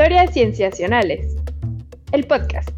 Historias Cienciacionales, el podcast.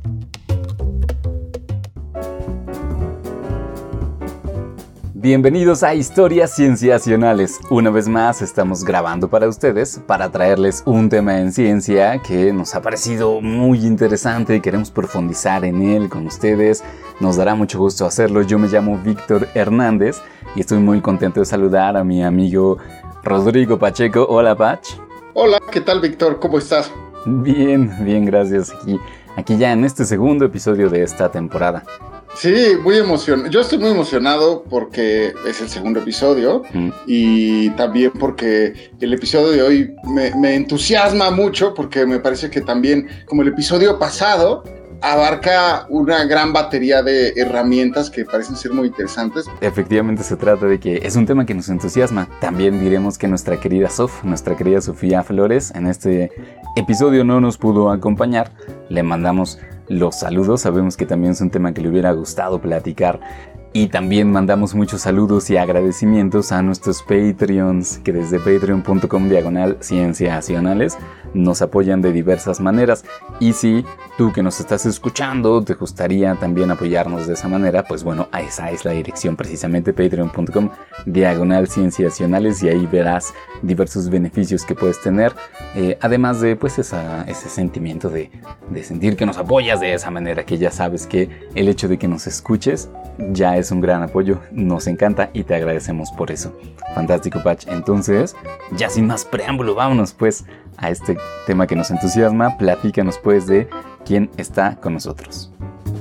Bienvenidos a Historias Cienciacionales. Una vez más estamos grabando para ustedes para traerles un tema en ciencia que nos ha parecido muy interesante y queremos profundizar en él con ustedes. Nos dará mucho gusto hacerlo. Yo me llamo Víctor Hernández y estoy muy contento de saludar a mi amigo Rodrigo Pacheco. Hola, Pach. Hola, ¿qué tal, Víctor? ¿Cómo estás? Bien, gracias. Aquí ya en este segundo episodio de esta temporada. Sí, muy emocionado. Yo estoy muy emocionado porque es el segundo episodio y también porque el episodio de hoy me entusiasma mucho porque me parece que también, como el episodio pasado, abarca una gran batería de herramientas que parecen ser muy interesantes. Efectivamente se trata de que es un tema que nos entusiasma. También diremos que nuestra querida Sofía Flores, en este episodio no nos pudo acompañar. Le mandamos los saludos, sabemos que también es un tema que le hubiera gustado platicar. Y también mandamos muchos saludos y agradecimientos a nuestros Patreons que desde patreon.com/cienciacionales nos apoyan de diversas maneras. Y si tú que nos estás escuchando te gustaría también apoyarnos de esa manera, pues bueno, esa es la dirección precisamente, patreon.com/cienciacionales, y ahí verás diversos beneficios que puedes tener, además de pues ese sentimiento de sentir que nos apoyas de esa manera, que ya sabes que el hecho de que nos escuches ya es un gran apoyo, nos encanta y te agradecemos por eso. Fantástico, Pach. Entonces, ya sin más preámbulo, vámonos pues a este tema que nos entusiasma. Platícanos pues de quién está con nosotros.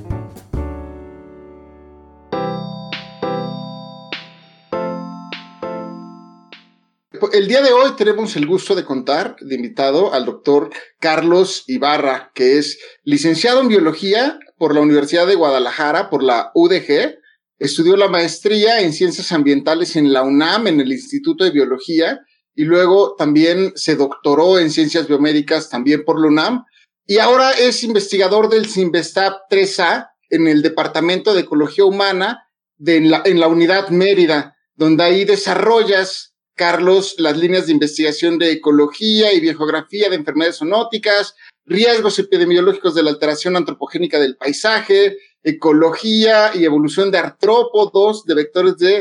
El día de hoy tenemos el gusto de contar de invitado al doctor Carlos Ibarra, que es licenciado en Biología por la Universidad de Guadalajara, por la UDG. Estudió la maestría en Ciencias Ambientales en la UNAM, en el Instituto de Biología, y luego también se doctoró en Ciencias Biomédicas también por la UNAM, y ahora es investigador del CINVESTAB 3A en el Departamento de Ecología Humana en la Unidad Mérida, donde ahí desarrollas, Carlos, las líneas de investigación de ecología y biogeografía de enfermedades zoonóticas, riesgos epidemiológicos de la alteración antropogénica del paisaje, ecología y evolución de artrópodos, de vectores de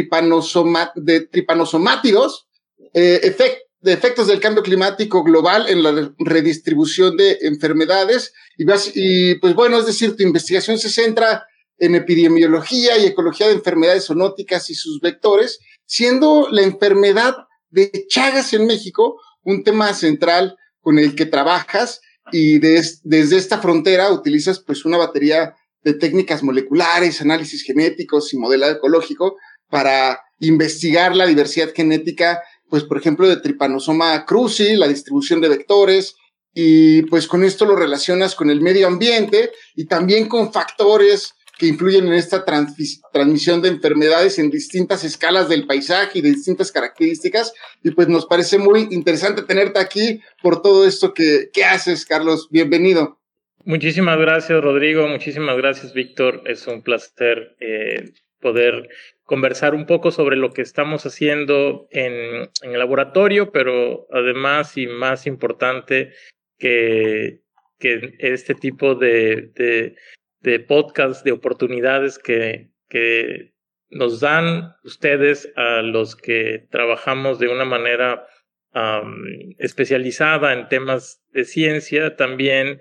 tripanosomátidos, de efectos del cambio climático global en la redistribución de enfermedades. Y pues bueno, es decir, tu investigación se centra en epidemiología y ecología de enfermedades zoonóticas y sus vectores, siendo la enfermedad de Chagas en México un tema central con el que trabajas, y desde esta frontera utilizas pues una batería de técnicas moleculares, análisis genéticos y modelado ecológico para investigar la diversidad genética, pues por ejemplo de Trypanosoma cruzi, la distribución de vectores, y pues con esto lo relacionas con el medio ambiente y también con factores que influyen en esta transmisión de enfermedades en distintas escalas del paisaje y de distintas características. Y pues nos parece muy interesante tenerte aquí por todo esto que haces, Carlos. Bienvenido. Muchísimas gracias, Rodrigo. Muchísimas gracias, Víctor. Es un placer poder conversar un poco sobre lo que estamos haciendo en el laboratorio, pero además y más importante que este tipo de podcast, de oportunidades que nos dan ustedes a los que trabajamos de una manera especializada en temas de ciencia. También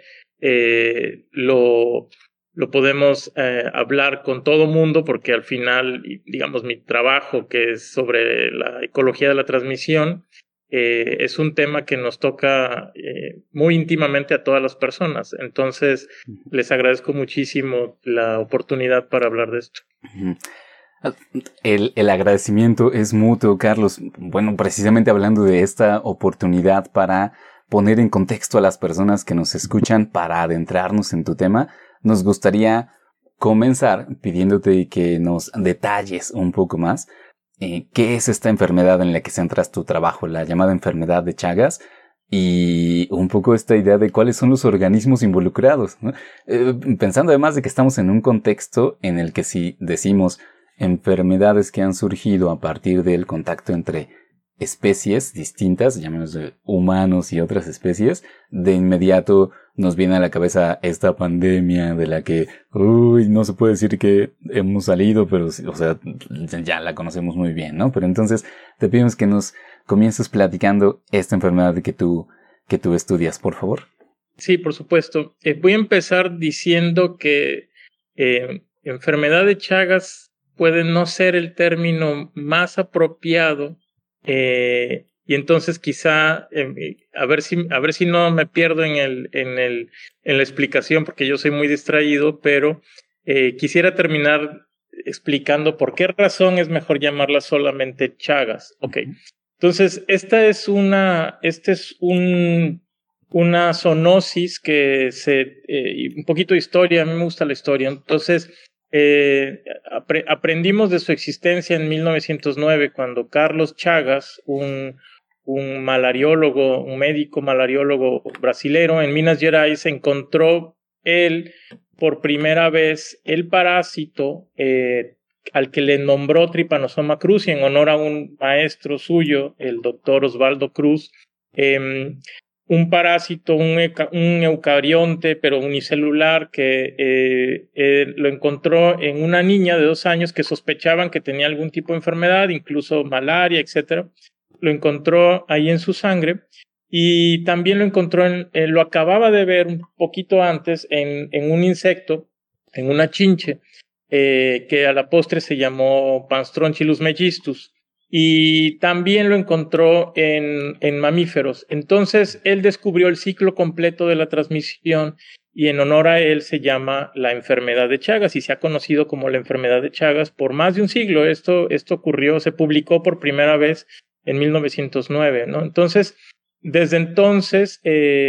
lo podemos hablar con todo mundo, porque al final, digamos, mi trabajo, que es sobre la ecología de la transmisión, es un tema que nos toca muy íntimamente a todas las personas. Entonces, les agradezco muchísimo la oportunidad para hablar de esto. El agradecimiento es mutuo, Carlos. Bueno, precisamente hablando de esta oportunidad para poner en contexto a las personas que nos escuchan, para adentrarnos en tu tema, nos gustaría comenzar pidiéndote que nos detalles un poco más qué es esta enfermedad en la que centras tu trabajo, la llamada enfermedad de Chagas, y un poco esta idea de cuáles son los organismos involucrados, ¿no? Pensando además de que estamos en un contexto en el que si decimos enfermedades que han surgido a partir del contacto entre especies distintas, llamémosle humanos y otras especies, de inmediato nos viene a la cabeza esta pandemia de la que, no se puede decir que hemos salido, pero, o sea, ya la conocemos muy bien, ¿no? Pero entonces te pedimos que nos comiences platicando esta enfermedad que tú estudias, por favor. Sí, por supuesto. Voy a empezar diciendo que enfermedad de Chagas puede no ser el término más apropiado, y entonces quizá a ver si no me pierdo en la explicación, porque yo soy muy distraído, pero quisiera terminar explicando por qué razón es mejor llamarla solamente Chagas. Ok. Entonces, esta es una zoonosis que un poquito de historia, a mí me gusta la historia. Entonces, aprendimos de su existencia en 1909, cuando Carlos Chagas, un malariólogo, un médico malariólogo brasilero en Minas Gerais, encontró él por primera vez el parásito al que le nombró Trypanosoma cruzi en honor a un maestro suyo, el doctor Osvaldo Cruz. Un parásito, un eucarionte, pero unicelular, que lo encontró en una niña de 2 años que sospechaban que tenía algún tipo de enfermedad, incluso malaria, etcétera. Lo encontró ahí en su sangre, y también lo encontró lo acababa de ver un poquito antes en un insecto, en una chinche, que a la postre se llamó Panstronchilus megistus. Y también lo encontró en mamíferos. Entonces, él descubrió el ciclo completo de la transmisión, y en honor a él se llama la enfermedad de Chagas, y se ha conocido como la enfermedad de Chagas por más de un siglo. Esto ocurrió, se publicó por primera vez en 1909, ¿no? Entonces, desde entonces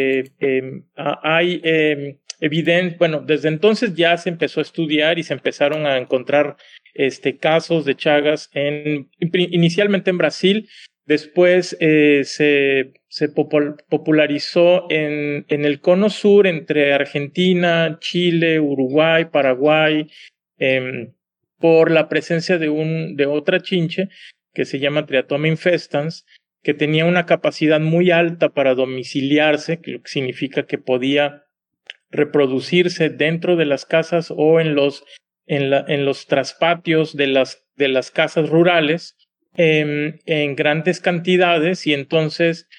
hay evidencia, bueno, desde entonces ya se empezó a estudiar y se empezaron a encontrar casos de Chagas inicialmente en Brasil. Después se popularizó en el cono sur, entre Argentina, Chile, Uruguay, Paraguay, por la presencia de otra chinche que se llama Triatoma infestans, que tenía una capacidad muy alta para domiciliarse, que significa que podía reproducirse dentro de las casas o en los traspatios de las casas rurales en grandes cantidades, y entonces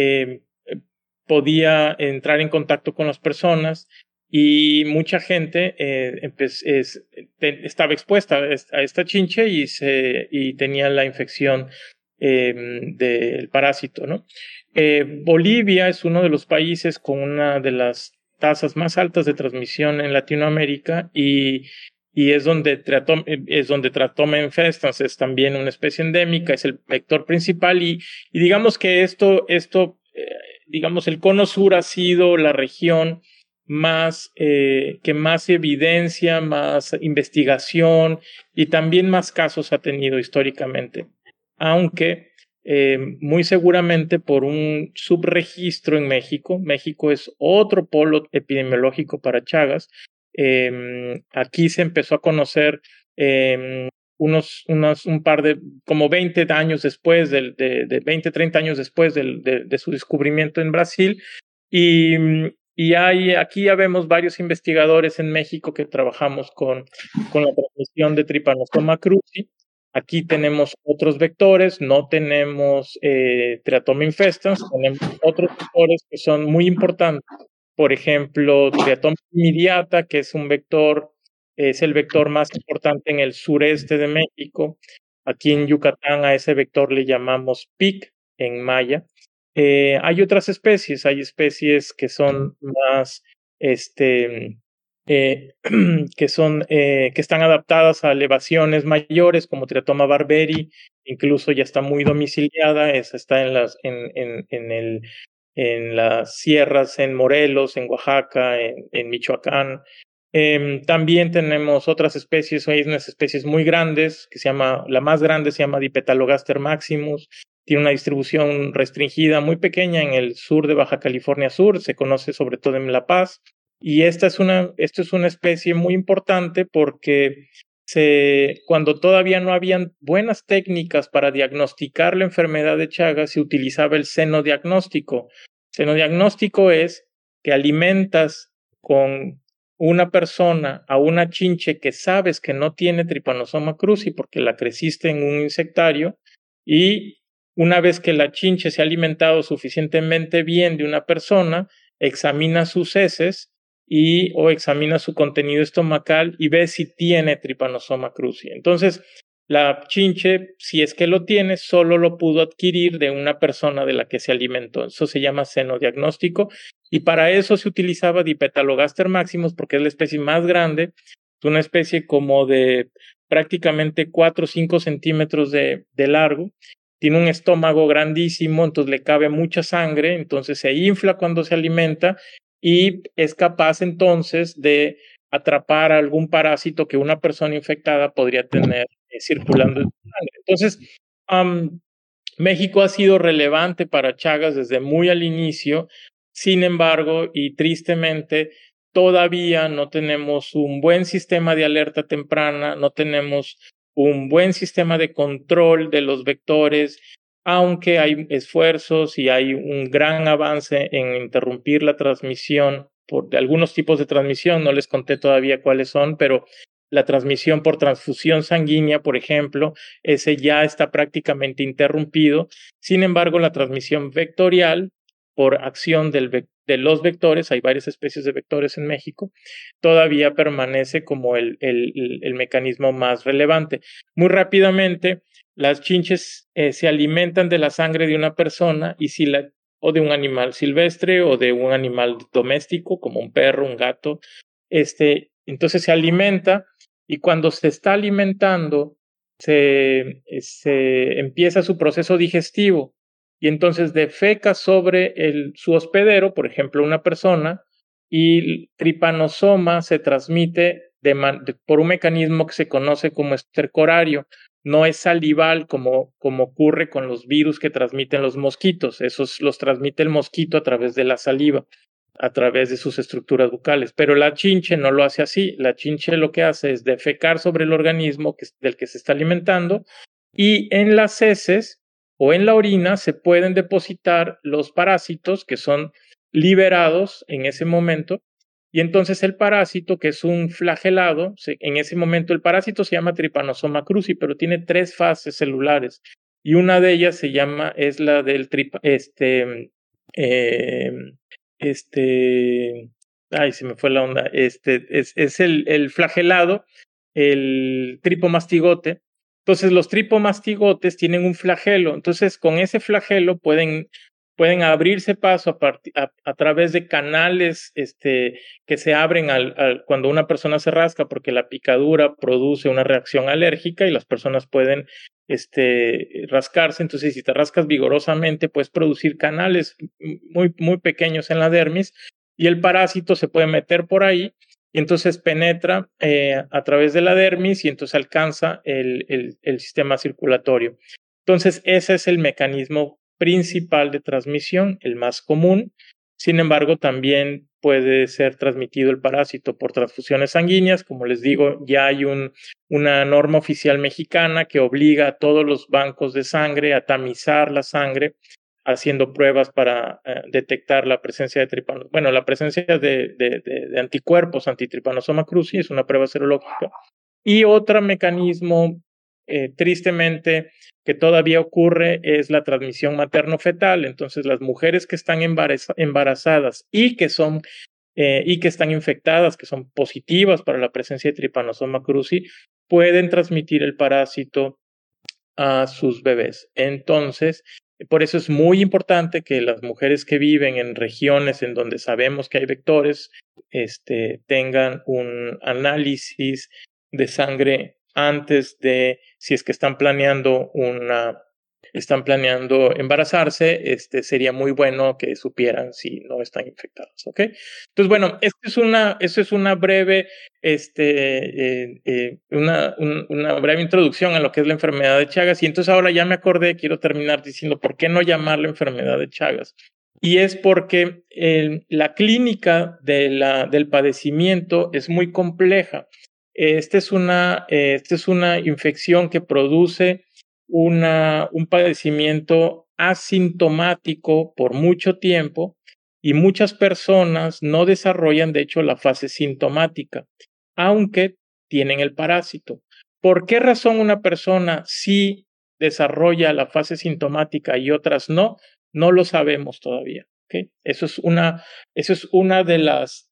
podía entrar en contacto con las personas, y mucha gente estaba expuesta a esta chinche y tenía la infección del parásito, ¿no? Bolivia es uno de los países con una de las tasas más altas de transmisión en Latinoamérica, y es donde Tratoma infestans es también una especie endémica, es el vector principal, y digamos que digamos, el cono sur ha sido la región que más evidencia, más investigación y también más casos ha tenido históricamente, aunque muy seguramente por un subregistro en México. México es otro polo epidemiológico para Chagas. Aquí se empezó a conocer un par de, como 20 años después, de 20, 30 años después de su descubrimiento en Brasil, y aquí ya vemos varios investigadores en México que trabajamos con la transmisión de Trypanosoma cruzi. Aquí tenemos otros vectores, no tenemos Triatoma infestans, tenemos otros vectores que son muy importantes. Por ejemplo, Triatoma immediata, que es el vector más importante en el sureste de México. Aquí en Yucatán a ese vector le llamamos PIC en maya. Hay otras especies, que son más, que están adaptadas a elevaciones mayores, como Triatoma barberi, incluso ya está muy domiciliada. Esa está en las sierras, en Morelos, en Oaxaca, en Michoacán. También tenemos otras especies, hay unas especies muy grandes, la más grande se llama Dipetalogaster maximus, tiene una distribución restringida muy pequeña en el sur de Baja California Sur, se conoce sobre todo en La Paz, y esta es una especie muy importante porque cuando todavía no habían buenas técnicas para diagnosticar la enfermedad de Chagas, se utilizaba el senodiagnóstico. Senodiagnóstico es que alimentas con una persona a una chinche que sabes que no tiene Trypanosoma cruzi porque la creciste en un insectario, y una vez que la chinche se ha alimentado suficientemente bien de una persona, examina sus heces o examina su contenido estomacal y ve si tiene Trypanosoma cruzi. Entonces, la chinche, si es que lo tiene, solo lo pudo adquirir de una persona de la que se alimentó. Eso se llama senodiagnóstico, y para eso se utilizaba Dipetalogaster maximus porque es la especie más grande, es una especie como de prácticamente 4 o 5 centímetros de largo. Tiene un estómago grandísimo, entonces le cabe mucha sangre, entonces se infla cuando se alimenta y es capaz entonces de atrapar algún parásito que una persona infectada podría tener circulando en su sangre. Entonces, México ha sido relevante para Chagas desde muy al inicio. Sin embargo, y tristemente, todavía no tenemos un buen sistema de alerta temprana, no tenemos un buen sistema de control de los vectores, aunque hay esfuerzos y hay un gran avance en interrumpir la transmisión de algunos tipos de transmisión. No les conté todavía cuáles son, pero la transmisión por transfusión sanguínea, por ejemplo, ese ya está prácticamente interrumpido. Sin embargo, la transmisión vectorial por acción de los vectores, hay varias especies de vectores en México, todavía permanece como el mecanismo más relevante. Muy rápidamente, las chinches se alimentan de la sangre de una persona o de un animal silvestre o de un animal doméstico, como un perro, un gato. Entonces se alimenta, y cuando se está alimentando, se empieza su proceso digestivo, y entonces defeca sobre su hospedero, por ejemplo, una persona, y el tripanosoma se transmite por un mecanismo que se conoce como estercorario. No es salival como ocurre con los virus que transmiten los mosquitos. Esos los transmite el mosquito a través de la saliva, a través de sus estructuras bucales. Pero la chinche no lo hace así. La chinche lo que hace es defecar sobre el organismo del que se está alimentando, y en las heces o en la orina se pueden depositar los parásitos que son liberados en ese momento. Y entonces el parásito, que es un flagelado, en ese momento el parásito se llama Trypanosoma cruzi, pero tiene 3 fases celulares, y una de ellas es la del se me fue la onda, es el flagelado, el tripomastigote. Entonces los tripomastigotes tienen un flagelo, entonces con ese flagelo pueden abrirse paso a través de canales que se abren cuando una persona se rasca, porque la picadura produce una reacción alérgica y las personas pueden rascarse. Entonces, si te rascas vigorosamente, puedes producir canales muy, muy pequeños en la dermis, y el parásito se puede meter por ahí, y entonces penetra a través de la dermis, y entonces alcanza el sistema circulatorio. Entonces, ese es el mecanismo principal de transmisión, el más común. Sin embargo, también puede ser transmitido el parásito por transfusiones sanguíneas. Como les digo, ya hay una norma oficial mexicana que obliga a todos los bancos de sangre a tamizar la sangre, haciendo pruebas para detectar la presencia la presencia de anticuerpos anti-Trypanosoma cruzi. Es una prueba serológica. Y otro mecanismo, tristemente, que todavía ocurre, es la transmisión materno-fetal. Entonces, las mujeres que están embarazadas y que están infectadas, que son positivas para la presencia de Trypanosoma cruzi, pueden transmitir el parásito a sus bebés. Entonces, por eso es muy importante que las mujeres que viven en regiones en donde sabemos que hay vectores, tengan un análisis de sangre antes de, si es que están planeando embarazarse. Sería muy bueno que supieran si no están infectados, ¿ok? Entonces, bueno, eso es una breve, una breve introducción a lo que es la enfermedad de Chagas. Y entonces ahora ya me acordé, quiero terminar diciendo por qué no llamarla enfermedad de Chagas. Y es porque la clínica del padecimiento es muy compleja. Esta es una infección que produce un padecimiento asintomático por mucho tiempo y muchas personas no desarrollan, de hecho, la fase sintomática, aunque tienen el parásito. ¿Por qué razón una persona sí desarrolla la fase sintomática y otras no? No lo sabemos todavía. ¿Okay? Eso es una de las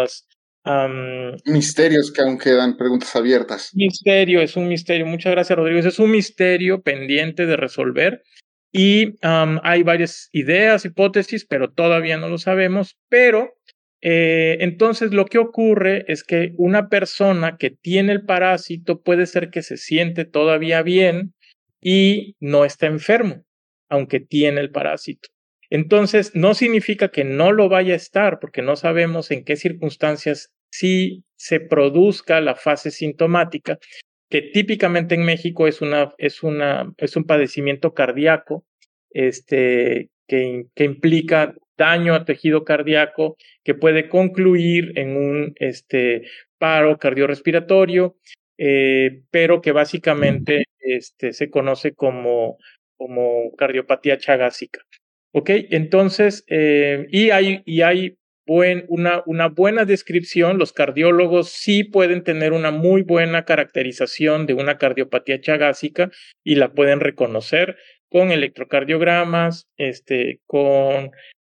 misterios que aún quedan, preguntas abiertas. Es un misterio. Muchas gracias, Rodrigo. Es un misterio pendiente de resolver y hay varias ideas, hipótesis, pero todavía no lo sabemos. Pero entonces lo que ocurre es que una persona que tiene el parásito puede ser que se siente todavía bien y no está enfermo, aunque tiene el parásito. Entonces, no significa que no lo vaya a estar, porque no sabemos en qué circunstancias sí se produzca la fase sintomática, que típicamente en México es un padecimiento cardíaco, que implica daño a tejido cardíaco, que puede concluir en un paro cardiorrespiratorio, pero que básicamente se conoce como cardiopatía chagásica. ¿Ok? Entonces, y hay una buena descripción. Los cardiólogos sí pueden tener una muy buena caracterización de una cardiopatía chagásica y la pueden reconocer con electrocardiogramas, con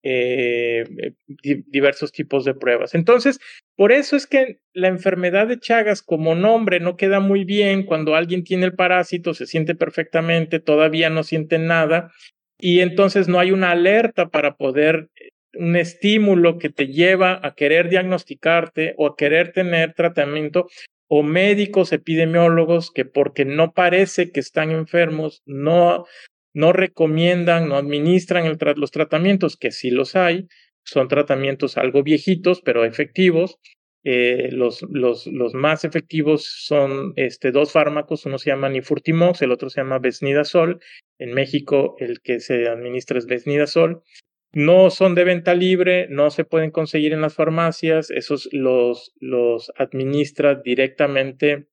diversos tipos de pruebas. Entonces, por eso es que la enfermedad de Chagas como nombre no queda muy bien. Cuando alguien tiene el parásito, se siente perfectamente, todavía no siente nada, y entonces no hay una alerta para poder, un estímulo que te lleva a querer diagnosticarte o a querer tener tratamiento, o médicos epidemiólogos que, porque no parece que están enfermos, no recomiendan, no administran los tratamientos, que sí los hay. Son tratamientos algo viejitos, pero efectivos. Los más efectivos son dos fármacos. Uno se llama Nifurtimox, el otro se llama Vesnidazol. En México el que se administra es Vesnidazol. No son de venta libre, no se pueden conseguir en las farmacias. Esos los administra directamente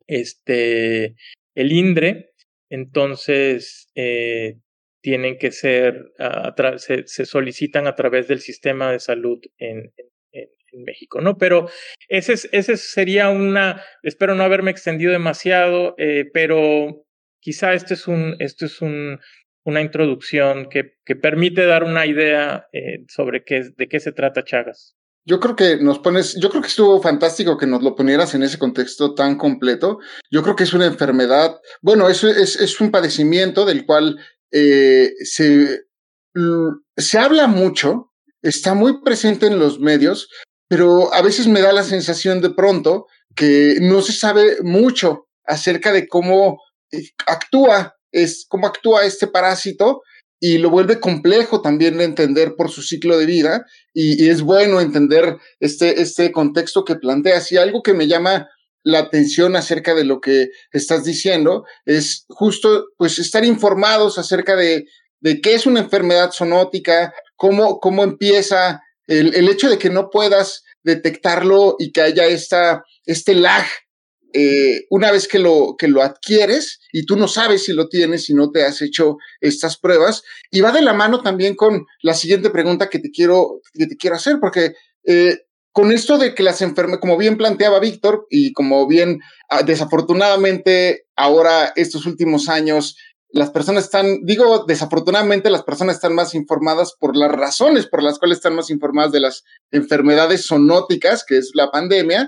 el INDRE. Entonces tienen que ser, se solicitan a través del sistema de salud en México, ¿no? Pero ese sería espero no haberme extendido demasiado, pero quizá esto es una introducción que permite dar una idea sobre de qué se trata Chagas. Yo creo que estuvo fantástico que nos lo ponieras en ese contexto tan completo. Yo creo que es una enfermedad, bueno, es un padecimiento del cual se habla mucho, está muy presente en los medios, pero a veces me da la sensación de pronto que no se sabe mucho acerca de cómo actúa este parásito, y lo vuelve complejo también de entender por su ciclo de vida, y es bueno entender este contexto que planteas. Y algo que me llama la atención acerca de lo que estás diciendo es justo pues estar informados acerca de qué es una enfermedad zoonótica, cómo empieza, el hecho de que no puedas detectarlo y que haya este lag una vez que lo adquieres y tú no sabes si lo tienes, si no te has hecho estas pruebas. Y va de la mano también con la siguiente pregunta que te quiero hacer, porque con esto de que las enfermedades, como bien planteaba Víctor, y como bien desafortunadamente ahora estos últimos años, desafortunadamente las personas están más informadas por las razones por las cuales están más informadas de las enfermedades zoonóticas, que es la pandemia.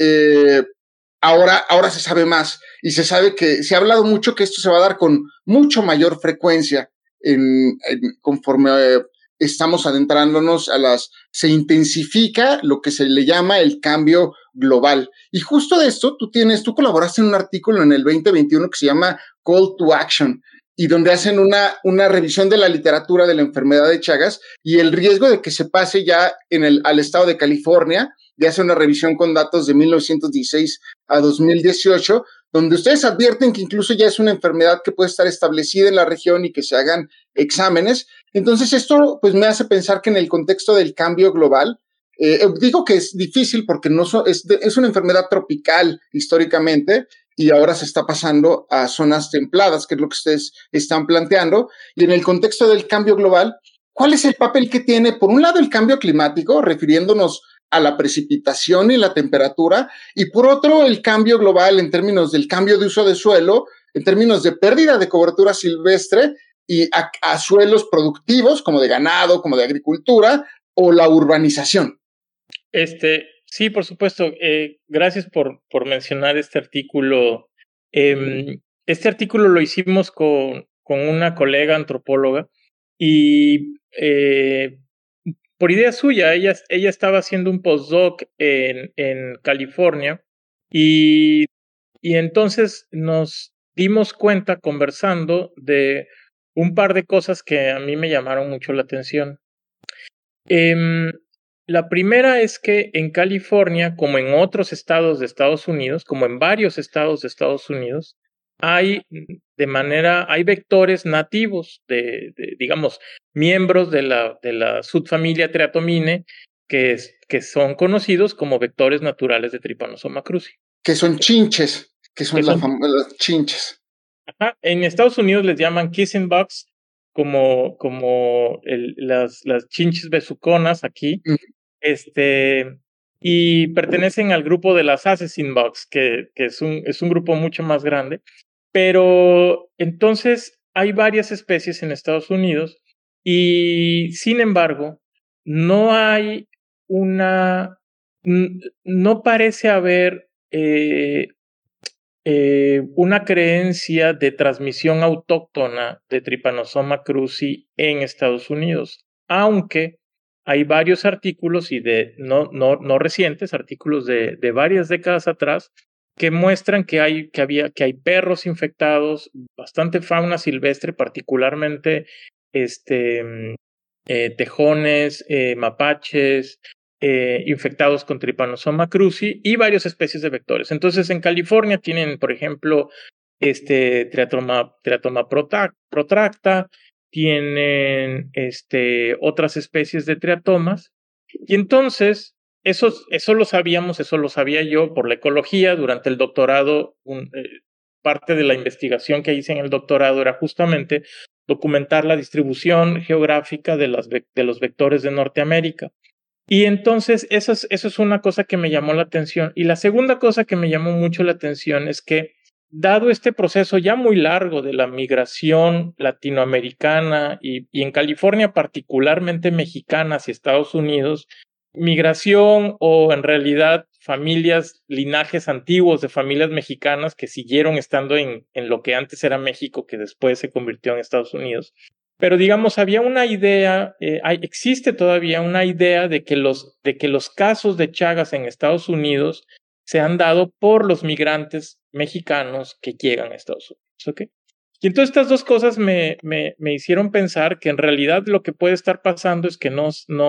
Ahora se sabe más, y se sabe que se ha hablado mucho que esto se va a dar con mucho mayor frecuencia conforme estamos adentrándonos se intensifica lo que se le llama el cambio global. Y justo de esto tú colaboraste en un artículo en el 2021 que se llama Call to Action, y donde hacen una revisión de la literatura de la enfermedad de Chagas y el riesgo de que se pase ya al estado de California. Ya hace una revisión con datos de 1916 a 2018, donde ustedes advierten que incluso ya es una enfermedad que puede estar establecida en la región y que se hagan exámenes. Entonces esto pues me hace pensar que en el contexto del cambio global, Digo que es difícil porque es una enfermedad tropical históricamente y ahora se está pasando a zonas templadas, que es lo que ustedes están planteando. Y en el contexto del cambio global, ¿cuál es el papel que tiene, por un lado, el cambio climático, refiriéndonos a la precipitación y la temperatura, y por otro, el cambio global en términos del cambio de uso de suelo, en términos de pérdida de cobertura silvestre y a suelos productivos, como de ganado, como de agricultura, o la urbanización? Sí, por supuesto. Gracias por mencionar este artículo. Este artículo lo hicimos con una colega antropóloga y por idea suya, ella estaba haciendo un postdoc en California y entonces nos dimos cuenta conversando de un par de cosas que a mí me llamaron mucho la atención. La primera es que en California, como en otros estados de Estados Unidos, como en varios estados de Estados Unidos, hay vectores nativos digamos, miembros de la subfamilia Triatomine que son conocidos como vectores naturales de Trypanosoma cruzi. Que son chinches, las chinches. Ajá. En Estados Unidos les llaman kissing bugs, como las chinches besuconas aquí. Y pertenecen al grupo de las assassin bugs, que es un grupo mucho más grande. Pero entonces hay varias especies en Estados Unidos y, sin embargo, no parece haber una creencia de transmisión autóctona de Trypanosoma cruzi en Estados Unidos, aunque hay varios artículos y no recientes, artículos de varias décadas atrás, que muestran que hay perros infectados, bastante fauna silvestre, particularmente tejones, mapaches, infectados con Trypanosoma cruzi y varias especies de vectores. Entonces, en California tienen, por ejemplo, Triatoma protracta, tienen otras especies de triatomas, y entonces eso lo sabía yo por la ecología durante el doctorado. Parte de la investigación que hice en el doctorado era justamente documentar la distribución geográfica de los vectores de Norteamérica. Y entonces eso es una cosa que me llamó la atención. Y la segunda cosa que me llamó mucho la atención es que, dado este proceso ya muy largo de la migración latinoamericana y en California particularmente mexicana hacia Estados Unidos, migración o en realidad linajes antiguos de familias mexicanas que siguieron estando en lo que antes era México, que después se convirtió en Estados Unidos. Pero digamos, había una idea, existe todavía una idea de que los casos de Chagas en Estados Unidos se han dado por los migrantes mexicanos que llegan a Estados Unidos, ¿ok? Y entonces estas dos cosas me hicieron pensar que en realidad lo que puede estar pasando es que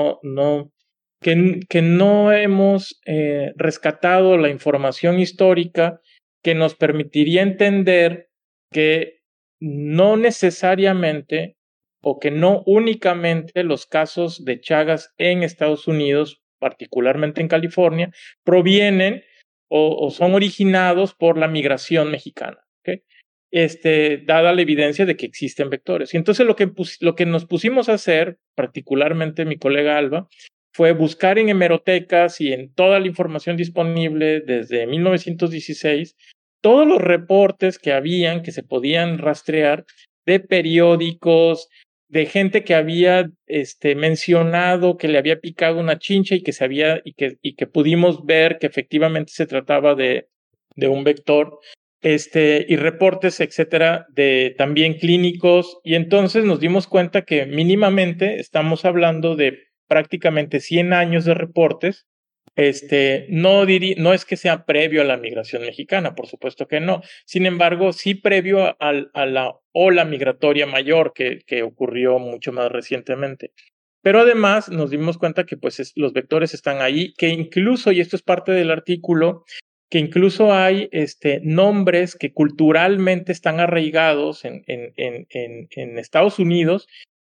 que no hemos rescatado la información histórica que nos permitiría entender que no necesariamente o que no únicamente los casos de Chagas en Estados Unidos, particularmente en California, provienen o son originados por la migración mexicana, ¿okay? Dada la evidencia de que existen vectores. Y entonces lo que nos pusimos a hacer, particularmente mi colega Alba, fue buscar en hemerotecas y en toda la información disponible desde 1916 todos los reportes que se podían rastrear de periódicos, de gente que había mencionado que le había picado una chincha y que pudimos ver que efectivamente se trataba de un vector, y reportes, etcétera, de también clínicos. Y entonces nos dimos cuenta que mínimamente estamos hablando de prácticamente 100 años de reportes. No es que sea previo a la migración mexicana, por supuesto que no. Sin embargo, sí previo a la ola migratoria mayor que ocurrió mucho más recientemente. Pero además nos dimos cuenta que pues los vectores están ahí, que incluso, y esto es parte del artículo, que incluso hay nombres que culturalmente están arraigados en Estados Unidos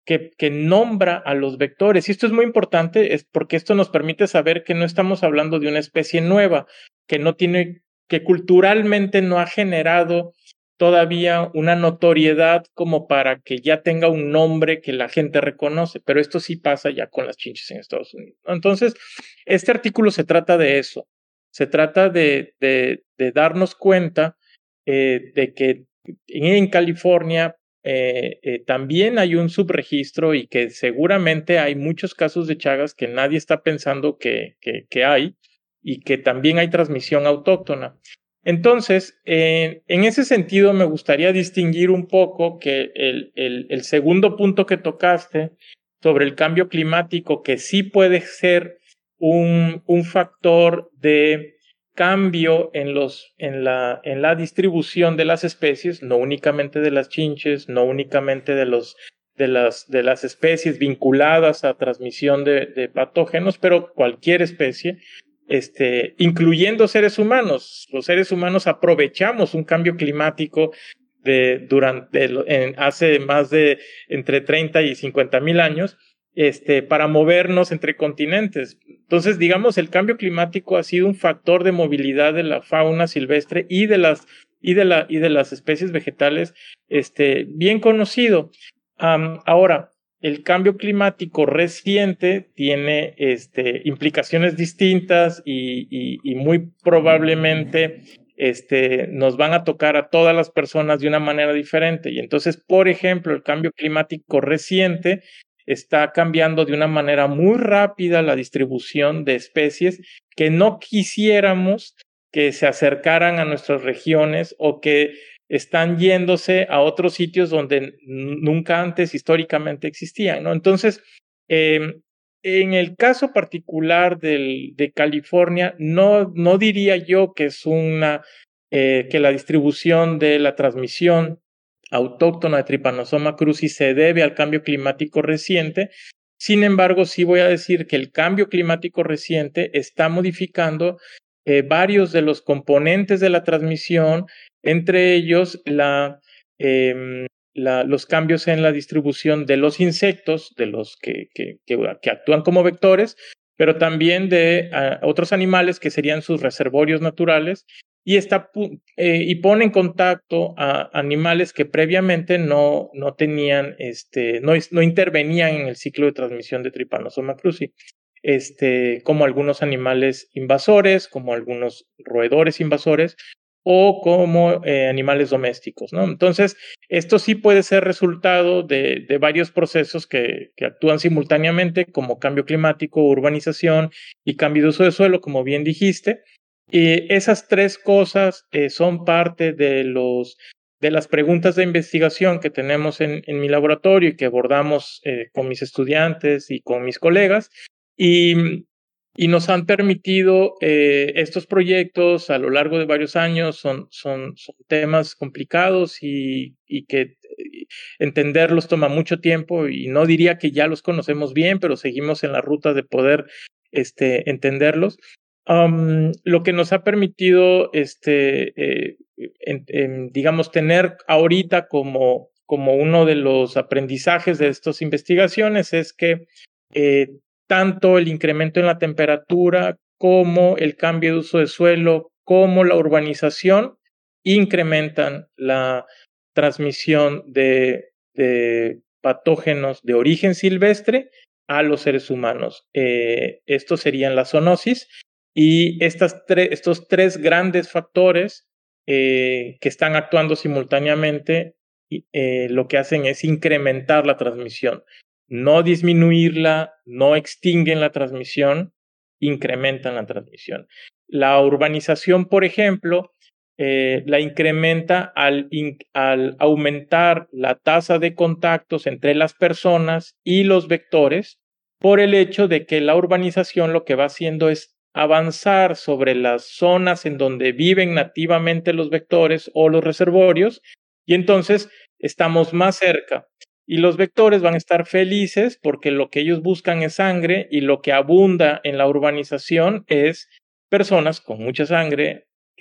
que nombra a los vectores. Y esto es muy importante, es porque esto nos permite saber que no estamos hablando de una especie nueva, que culturalmente no ha generado todavía una notoriedad como para que ya tenga un nombre que la gente reconoce, pero esto sí pasa ya con las chinches en Estados Unidos. Entonces, este artículo se trata de eso, se trata de darnos cuenta de que en California también hay un subregistro y que seguramente hay muchos casos de Chagas que nadie está pensando que hay, y que también hay transmisión autóctona. Entonces, en ese sentido, me gustaría distinguir un poco que el segundo punto que tocaste sobre el cambio climático, que sí puede ser un factor de cambio en la distribución de las especies, no únicamente de las chinches, no únicamente de las especies vinculadas a transmisión de patógenos, pero cualquier especie, incluyendo seres humanos. Los seres humanos aprovechamos un cambio climático hace más de entre 30 y 50 mil años, para movernos entre continentes. Entonces, digamos, el cambio climático ha sido un factor de movilidad de la fauna silvestre y de las especies vegetales, bien conocido. Ahora, el cambio climático reciente tiene implicaciones distintas y muy probablemente nos van a tocar a todas las personas de una manera diferente. Y entonces, por ejemplo, el cambio climático reciente está cambiando de una manera muy rápida la distribución de especies que no quisiéramos que se acercaran a nuestras regiones, o que están yéndose a otros sitios donde nunca antes históricamente existían, ¿no? Entonces, en el caso particular de California, no diría yo que es que la distribución de la transmisión autóctona de Trypanosoma cruzi se debe al cambio climático reciente. Sin embargo, sí voy a decir que el cambio climático reciente está modificando varios de los componentes de la transmisión, entre ellos los cambios en la distribución de los insectos, de los que actúan como vectores, pero también de otros animales que serían sus reservorios naturales, y pone en contacto a animales que previamente no tenían, no intervenían en el ciclo de transmisión de Trypanosoma cruzi, como algunos animales invasores, como algunos roedores invasores, o como animales domésticos, ¿no? Entonces, esto sí puede ser resultado de varios procesos que actúan simultáneamente, como cambio climático, urbanización y cambio de uso de suelo, como bien dijiste. Y esas tres cosas son parte de las preguntas de investigación que tenemos en mi laboratorio y que abordamos con mis estudiantes y con mis colegas. Y nos han permitido estos proyectos a lo largo de varios años. Son temas complicados y que entenderlos toma mucho tiempo, y no diría que ya los conocemos bien, pero seguimos en la ruta de poder entenderlos. Lo que nos ha permitido, digamos, tener ahorita como uno de los aprendizajes de estas investigaciones es que tanto el incremento en la temperatura, como el cambio de uso de suelo, como la urbanización incrementan la transmisión de patógenos de origen silvestre a los seres humanos. Estos serían la zoonosis. Y estos tres grandes factores que están actuando simultáneamente, lo que hacen es incrementar la transmisión. No disminuirla, no extinguen la transmisión, incrementan la transmisión. La urbanización, por ejemplo, la incrementa al aumentar la tasa de contactos entre las personas y los vectores, por el hecho de que la urbanización lo que va haciendo es avanzar sobre las zonas en donde viven nativamente los vectores o los reservorios, y entonces estamos más cerca. Y los vectores van a estar felices porque lo que ellos buscan es sangre, y lo que abunda en la urbanización es personas con mucha sangre,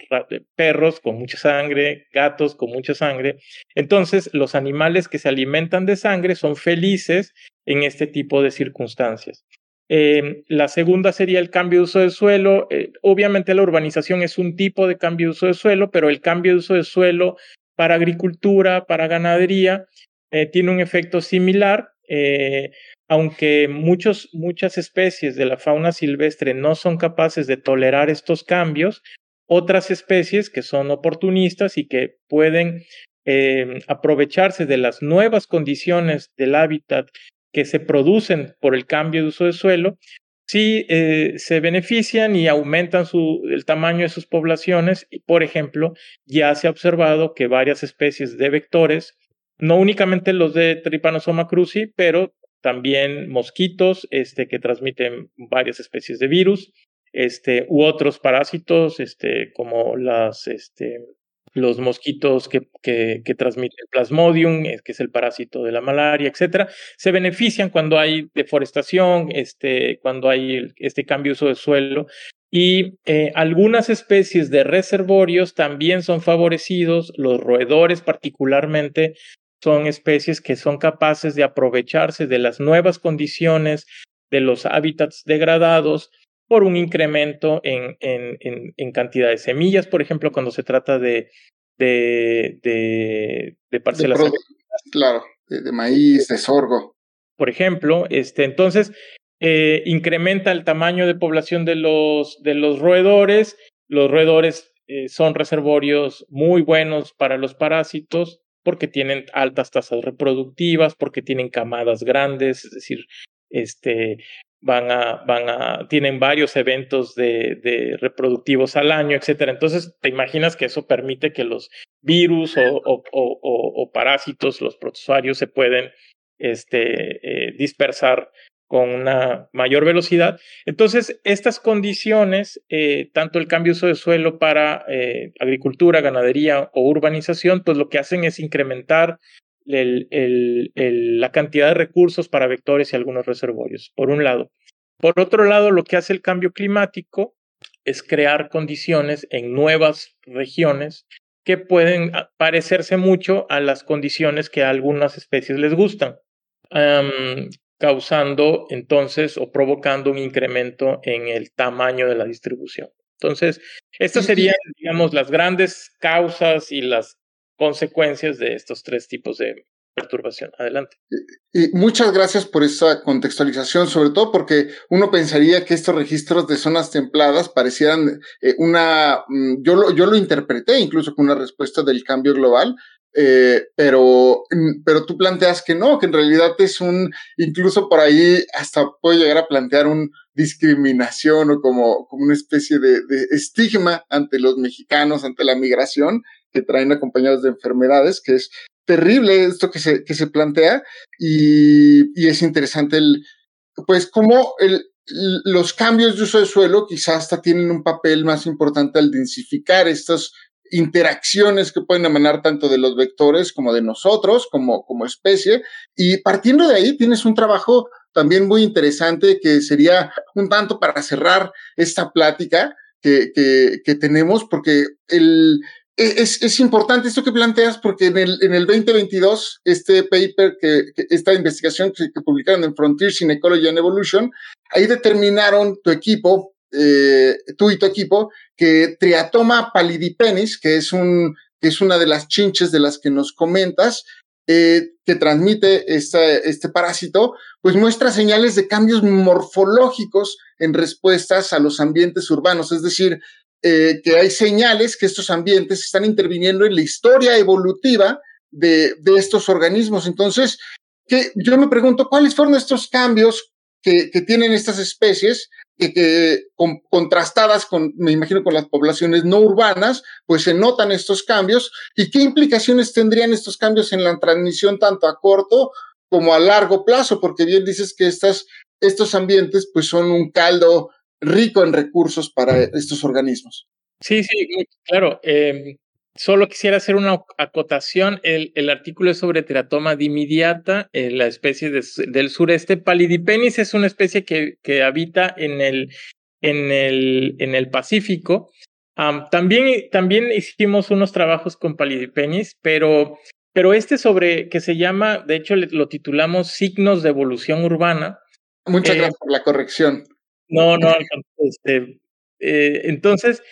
perros con mucha sangre, gatos con mucha sangre. Entonces, los animales que se alimentan de sangre son felices en este tipo de circunstancias. La segunda sería el cambio de uso de suelo. Obviamente la urbanización es un tipo de cambio de uso de suelo, pero el cambio de uso de suelo para agricultura, para ganadería, tiene un efecto similar, aunque muchas especies de la fauna silvestre no son capaces de tolerar estos cambios. Otras especies que son oportunistas y que pueden aprovecharse de las nuevas condiciones del hábitat que se producen por el cambio de uso de suelo, sí se benefician y aumentan el tamaño de sus poblaciones. Y, por ejemplo, ya se ha observado que varias especies de vectores, no únicamente los de Trypanosoma cruzi, pero también mosquitos que transmiten varias especies de virus, u otros parásitos, como los mosquitos que transmiten Plasmodium, que es el parásito de la malaria, etcétera, se benefician cuando hay deforestación, cuando hay este cambio de uso de suelo. Y algunas especies de reservorios también son favorecidos. Los roedores particularmente son especies que son capaces de aprovecharse de las nuevas condiciones de los hábitats degradados por un incremento en cantidad de semillas, por ejemplo, cuando se trata de parcelas. Claro, de maíz, de sorgo. Por ejemplo, entonces incrementa el tamaño de población de los roedores. Los roedores son reservorios muy buenos para los parásitos porque tienen altas tasas reproductivas, porque tienen camadas grandes, es decir, tienen varios eventos de reproductivos al año, etcétera. Entonces, te imaginas que eso permite que los virus o parásitos, los protozoarios, se pueden dispersar con una mayor velocidad. Entonces, estas condiciones, tanto el cambio de uso de suelo para agricultura, ganadería o urbanización, pues lo que hacen es incrementar la cantidad de recursos para vectores y algunos reservorios, por un lado. Por otro lado, lo que hace el cambio climático es crear condiciones en nuevas regiones que pueden parecerse mucho a las condiciones que a algunas especies les gustan, causando entonces o provocando un incremento en el tamaño de la distribución. Entonces, estas serían, digamos, las grandes causas y las consecuencias de estos tres tipos de perturbación. Adelante. Y muchas gracias por esa contextualización, sobre todo porque uno pensaría que estos registros de zonas templadas parecieran yo lo interpreté incluso con una respuesta del cambio global, pero tú planteas que no, que en realidad es incluso por ahí hasta puede llegar a plantear discriminación o como una especie de estigma ante los mexicanos, ante la migración, que traen acompañados de enfermedades, que es terrible esto que se plantea, y es interesante pues cómo los cambios de uso de suelo quizás hasta tienen un papel más importante al densificar estas interacciones que pueden emanar tanto de los vectores como de nosotros como especie, y partiendo de ahí tienes un trabajo también muy interesante que sería un tanto para cerrar esta plática que tenemos, porque es importante esto que planteas, porque en el 2022, este paper, esta investigación que publicaron en Frontiers in Ecology and Evolution, ahí determinaron tú y tu equipo, que Triatoma palidipenis, que es una de las chinches de las que nos comentas, que transmite este parásito, pues muestra señales de cambios morfológicos en respuestas a los ambientes urbanos, es decir, que hay señales que estos ambientes están interviniendo en la historia evolutiva de estos organismos. Entonces, yo me pregunto, ¿cuáles fueron estos cambios que tienen estas especies que contrastadas me imagino, con las poblaciones no urbanas, pues se notan estos cambios? ¿Y qué implicaciones tendrían estos cambios en la transmisión tanto a corto como a largo plazo? Porque bien dices que estos ambientes pues son un caldo rico en recursos para estos organismos. Sí, claro. Solo quisiera hacer una acotación. El artículo es sobre Teratoma dimidiata, la especie del sureste. Palidipenis es una especie que habita en el Pacífico También hicimos unos trabajos con palidipenis, pero que se llama, de hecho lo titulamos Signos de Evolución Urbana. Muchas gracias por la corrección. No, entonces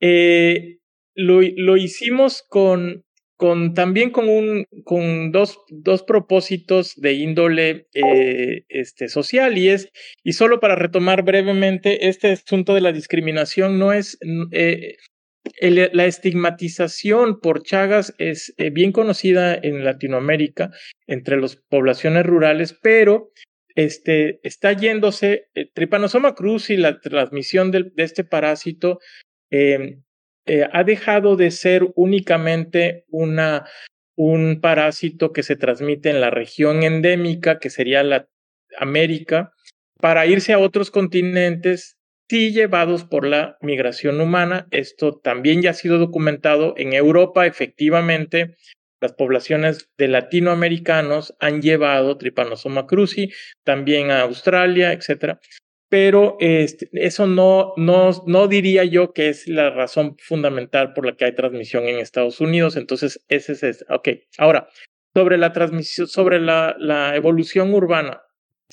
lo hicimos también con dos propósitos de índole social, y solo para retomar brevemente, este asunto de la discriminación no es la estigmatización por Chagas es bien conocida en Latinoamérica entre las poblaciones rurales, pero está yéndose Trypanosoma cruzi, la transmisión de este parásito ha dejado de ser únicamente un parásito que se transmite en la región endémica, que sería la América, para irse a otros continentes, sí llevados por la migración humana. Esto también ya ha sido documentado en Europa. Efectivamente, las poblaciones de latinoamericanos han llevado Trypanosoma cruzi, también a Australia, etcétera. Pero eso no diría yo que es la razón fundamental por la que hay transmisión en Estados Unidos. Entonces, ese es. Ok, ahora, sobre la transmisión, sobre la evolución urbana,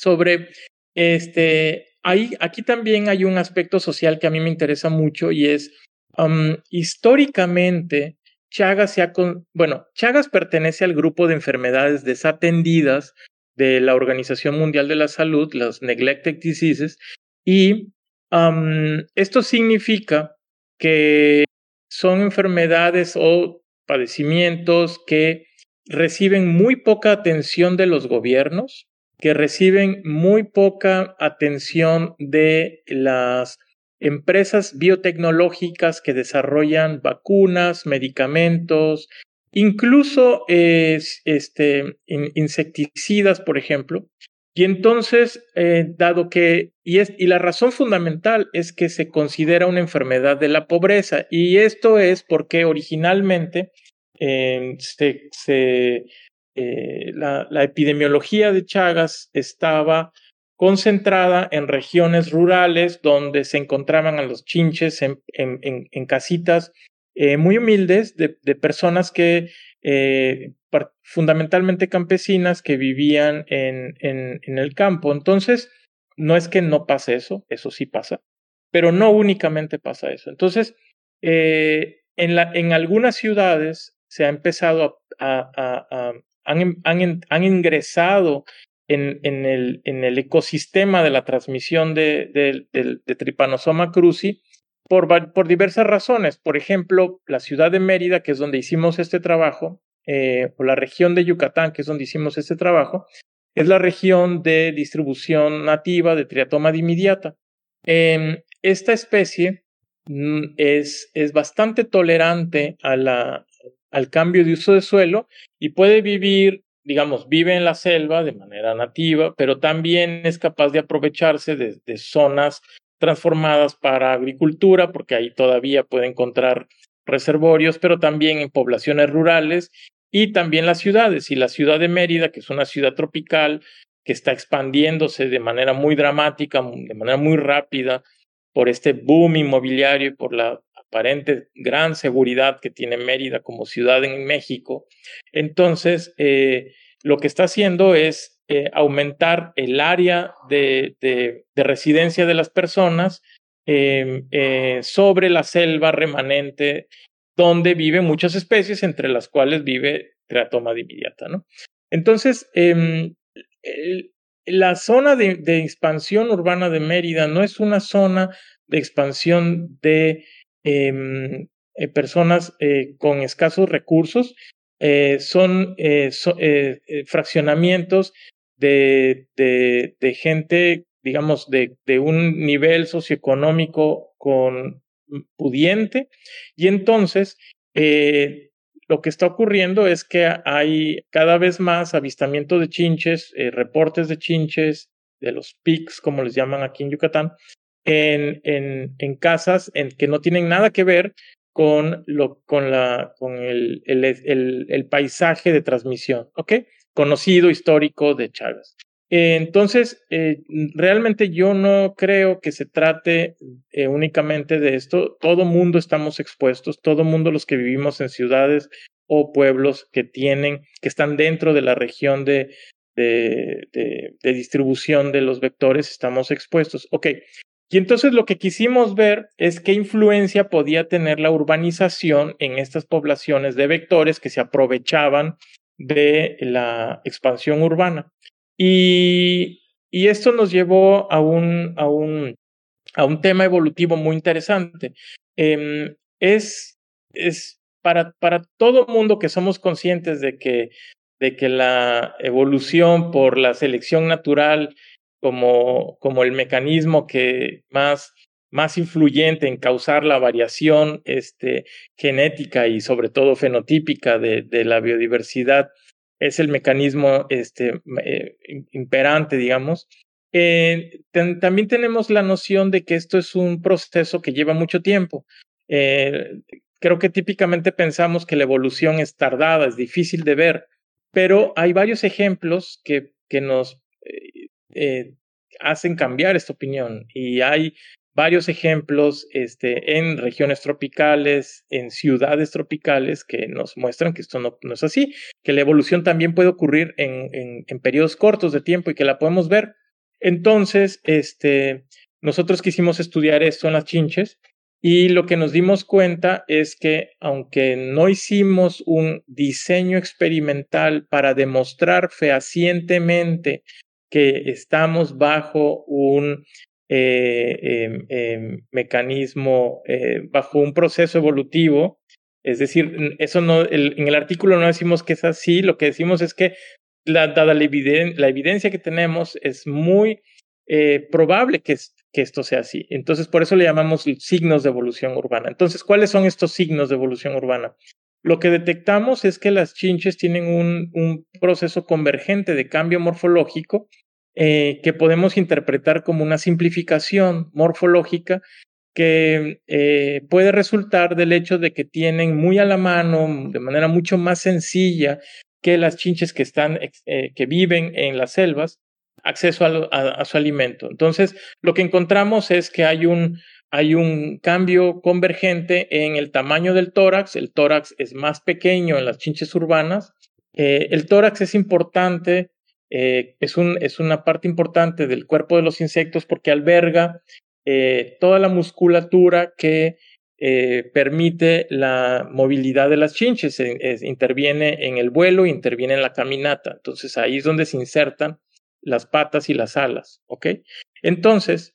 aquí también hay un aspecto social que a mí me interesa mucho, y es, históricamente, Chagas Chagas pertenece al grupo de enfermedades desatendidas de la Organización Mundial de la Salud, las Neglected Diseases, y esto significa que son enfermedades o padecimientos que reciben muy poca atención de los gobiernos, que reciben muy poca atención de las empresas biotecnológicas que desarrollan vacunas, medicamentos, incluso insecticidas, por ejemplo. Y entonces, y la razón fundamental es que se considera una enfermedad de la pobreza, y esto es porque originalmente la epidemiología de Chagas estaba concentrada en regiones rurales donde se encontraban a los chinches en casitas muy humildes de personas que fundamentalmente campesinas que vivían en el campo. Entonces, no es que no pase eso sí pasa, pero no únicamente pasa eso. Entonces, en algunas ciudades se ha empezado han ingresado en el ecosistema de la transmisión de Trypanosoma cruzi por diversas razones. Por ejemplo, la ciudad de Mérida, que es donde hicimos este trabajo, o la región de Yucatán, que es donde hicimos este trabajo, es la región de distribución nativa de Triatoma dimidiata. Esta especie es bastante tolerante al cambio de uso de suelo y puede vive en la selva de manera nativa, pero también es capaz de aprovecharse de zonas transformadas para agricultura, porque ahí todavía puede encontrar reservorios, pero también en poblaciones rurales y también las ciudades. Y la ciudad de Mérida, que es una ciudad tropical que está expandiéndose de manera muy dramática, de manera muy rápida, por este boom inmobiliario y por la aparente gran seguridad que tiene Mérida como ciudad en México. Entonces, lo que está haciendo es aumentar el área de residencia de las personas sobre la selva remanente, donde viven muchas especies, entre las cuales vive Triatoma dimidiata, ¿no? Entonces, la zona de expansión urbana de Mérida no es una zona de expansión de personas con escasos recursos, son fraccionamientos de gente, digamos, de un nivel socioeconómico pudiente, y entonces lo que está ocurriendo es que hay cada vez más avistamiento de chinches, reportes de chinches, de los pics, como les llaman aquí en Yucatán, en casas que no tienen nada que ver con el paisaje de transmisión, ¿ok? Conocido, histórico de Chagas. Entonces, realmente yo no creo que se trate únicamente de esto. Todo mundo estamos expuestos, todo mundo los que vivimos en ciudades o pueblos que están dentro de la región de distribución de los vectores, estamos expuestos. Ok, y entonces lo que quisimos ver es qué influencia podía tener la urbanización en estas poblaciones de vectores que se aprovechaban de la expansión urbana. Y esto nos llevó a un tema evolutivo muy interesante. Es para todo mundo que somos conscientes de que la evolución por la selección natural como el mecanismo que más influyente en causar la variación genética y sobre todo fenotípica de la biodiversidad es el mecanismo imperante, digamos. También tenemos la noción de que esto es un proceso que lleva mucho tiempo. Creo que típicamente pensamos que la evolución es tardada, es difícil de ver, pero hay varios ejemplos que nos hacen cambiar esta opinión, y hay varios ejemplos en regiones tropicales, en ciudades tropicales, que nos muestran que esto no es así, que la evolución también puede ocurrir en periodos cortos de tiempo y que la podemos ver. Entonces, nosotros quisimos estudiar esto en las chinches, y lo que nos dimos cuenta es que aunque no hicimos un diseño experimental para demostrar fehacientemente que estamos bajo un mecanismo, bajo un proceso evolutivo, es decir, eso en el artículo no decimos que es así, lo que decimos es que dada la evidencia que tenemos, es muy probable que esto sea así. Entonces, por eso le llamamos signos de evolución urbana. Entonces, ¿cuáles son estos signos de evolución urbana? Lo que detectamos es que las chinches tienen un proceso convergente de cambio morfológico que podemos interpretar como una simplificación morfológica que puede resultar del hecho de que tienen muy a la mano, de manera mucho más sencilla que las chinches que viven en las selvas, acceso a su alimento. Entonces, lo que encontramos es que hay un cambio convergente en el tamaño del tórax. El tórax es más pequeño en las chinches urbanas. El tórax es importante, es una parte importante del cuerpo de los insectos porque alberga toda la musculatura que permite la movilidad de las chinches. Interviene en el vuelo, interviene en la caminata. Entonces, ahí es donde se insertan las patas y las alas, ¿ok? Entonces,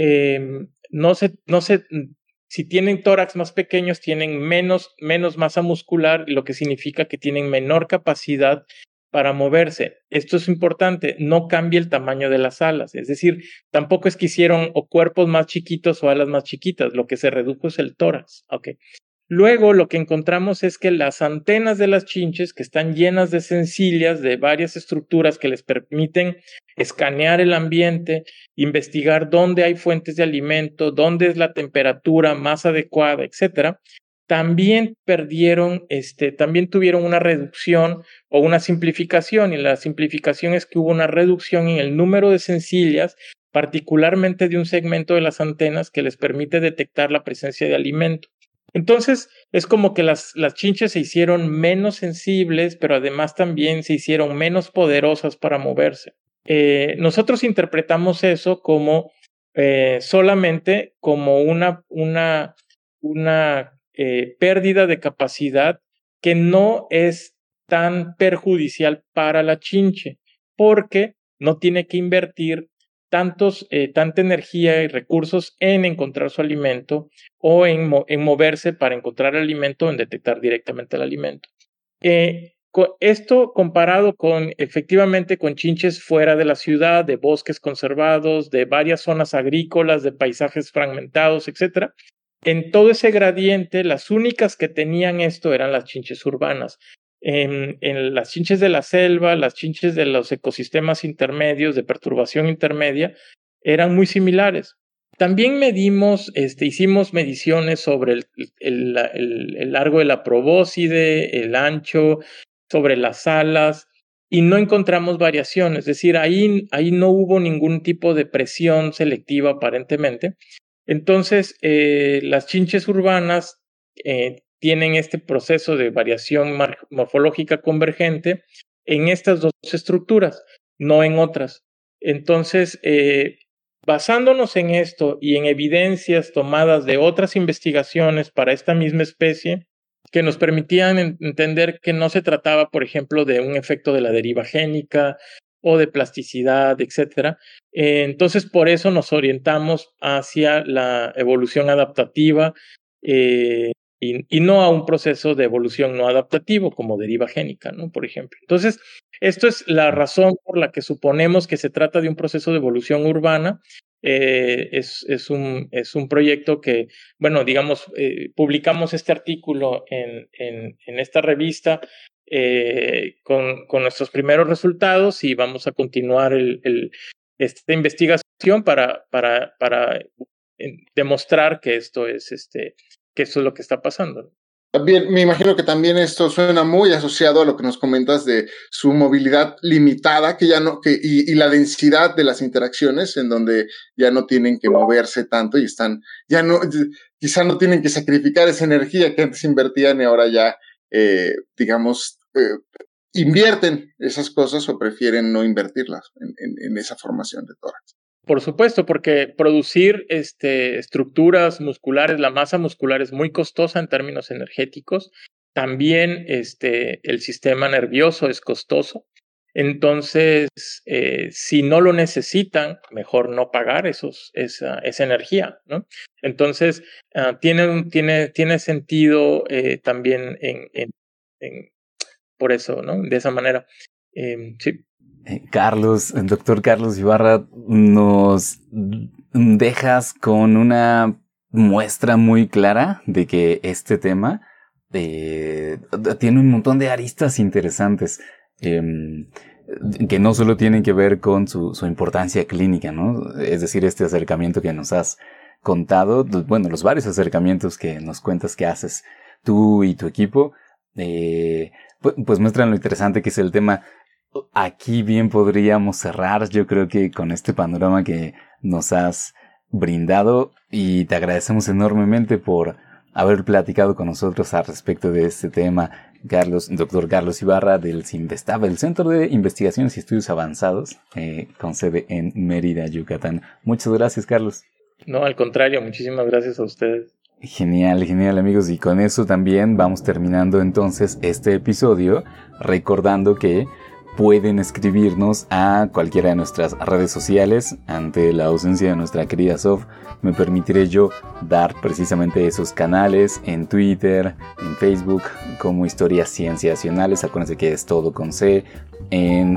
si tienen tórax más pequeños, tienen menos masa muscular, lo que significa que tienen menor capacidad para moverse. Esto es importante, no cambia el tamaño de las alas, es decir, tampoco es que hicieron o cuerpos más chiquitos o alas más chiquitas, lo que se redujo es el tórax, ¿ok? Luego lo que encontramos es que las antenas de las chinches, que están llenas de sencillas, de varias estructuras que les permiten escanear el ambiente, investigar dónde hay fuentes de alimento, dónde es la temperatura más adecuada, etcétera, también tuvieron una reducción o una simplificación, y la simplificación es que hubo una reducción en el número de sencillas, particularmente de un segmento de las antenas que les permite detectar la presencia de alimento. Entonces, es como que las chinches se hicieron menos sensibles, pero además también se hicieron menos poderosas para moverse. Nosotros interpretamos eso como solamente como una pérdida de capacidad que no es tan perjudicial para la chinche, porque no tiene que invertir tanta energía y recursos en encontrar su alimento o en moverse para encontrar el alimento o en detectar directamente el alimento. Esto comparado efectivamente con chinches fuera de la ciudad, de bosques conservados, de varias zonas agrícolas, de paisajes fragmentados, etc. En todo ese gradiente, las únicas que tenían esto eran las chinches urbanas. En las chinches de la selva, las chinches de los ecosistemas intermedios, de perturbación intermedia, eran muy similares. También hicimos mediciones sobre el largo de la probóscide, el ancho, sobre las alas, y no encontramos variación, es decir, ahí no hubo ningún tipo de presión selectiva aparentemente. Entonces, las chinches urbanas tienen este proceso de variación morfológica convergente en estas dos estructuras, no en otras. Entonces, basándonos en esto y en evidencias tomadas de otras investigaciones para esta misma especie, que nos permitían entender que no se trataba, por ejemplo, de un efecto de la deriva génica o de plasticidad, etc. Entonces, por eso nos orientamos hacia la evolución adaptativa y no a un proceso de evolución no adaptativo como deriva génica, ¿no? Por ejemplo. Entonces, esto es la razón por la que suponemos que se trata de un proceso de evolución urbana. Es un proyecto que, bueno, digamos, publicamos este artículo en esta revista con nuestros primeros resultados y vamos a continuar esta investigación para demostrar que esto es lo que está pasando. También, me imagino que también esto suena muy asociado a lo que nos comentas de su movilidad limitada, y la densidad de las interacciones, en donde ya no tienen que moverse tanto y quizá no tienen que sacrificar esa energía que antes invertían y ahora ya, invierten esas cosas o prefieren no invertirlas en esa formación de tórax. Por supuesto, porque producir estructuras musculares, la masa muscular es muy costosa en términos energéticos. También el sistema nervioso es costoso. Entonces, si no lo necesitan, mejor no pagar esa energía, ¿no? Entonces, tiene sentido también por eso, ¿no? De esa manera. Sí. Doctor Carlos Ibarra, nos dejas con una muestra muy clara de que este tema tiene un montón de aristas interesantes que no solo tienen que ver con su importancia clínica, ¿no? Es decir, este acercamiento que nos has contado, bueno, los varios acercamientos que nos cuentas que haces tú y tu equipo, pues muestran lo interesante que es el tema. Aquí bien podríamos cerrar, yo creo que con este panorama que nos has brindado, y te agradecemos enormemente por haber platicado con nosotros al respecto de este tema, doctor Carlos Ibarra del CINVESTAV, el Centro de Investigaciones y Estudios Avanzados, con sede en Mérida, Yucatán. Muchas gracias, Carlos. No, al contrario, muchísimas gracias a ustedes. Genial, amigos, y con eso también vamos terminando entonces este episodio, recordando que pueden escribirnos a cualquiera de nuestras redes sociales. Ante la ausencia de nuestra querida Sof, me permitiré yo dar precisamente esos canales en Twitter, en Facebook, como Historias Cienciacionales. Acuérdense que es todo con C, en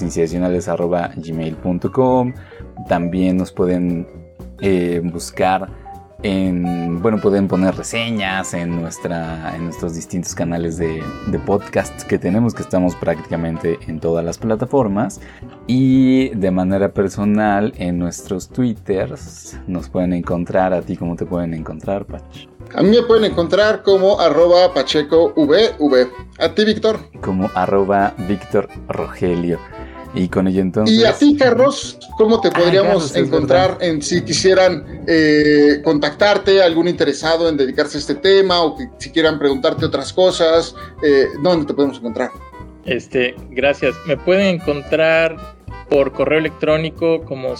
historiascienciacionales@gmail.com. También nos pueden buscar pueden poner reseñas en nuestros distintos canales de podcast que tenemos, que estamos prácticamente en todas las plataformas, y de manera personal en nuestros Twitters nos pueden encontrar. ¿A ti cómo te pueden encontrar, Pach? A mí me pueden encontrar como @PachecoVV. ¿A ti, Víctor? Como @Víctor Rogelio. Y con ello entonces... Y a ti, Carlos, ¿cómo te podríamos encontrar si quisieran contactarte, algún interesado en dedicarse a este tema, o que si quieran preguntarte otras cosas? ¿Dónde te podemos encontrar? Gracias. Me pueden encontrar por correo electrónico como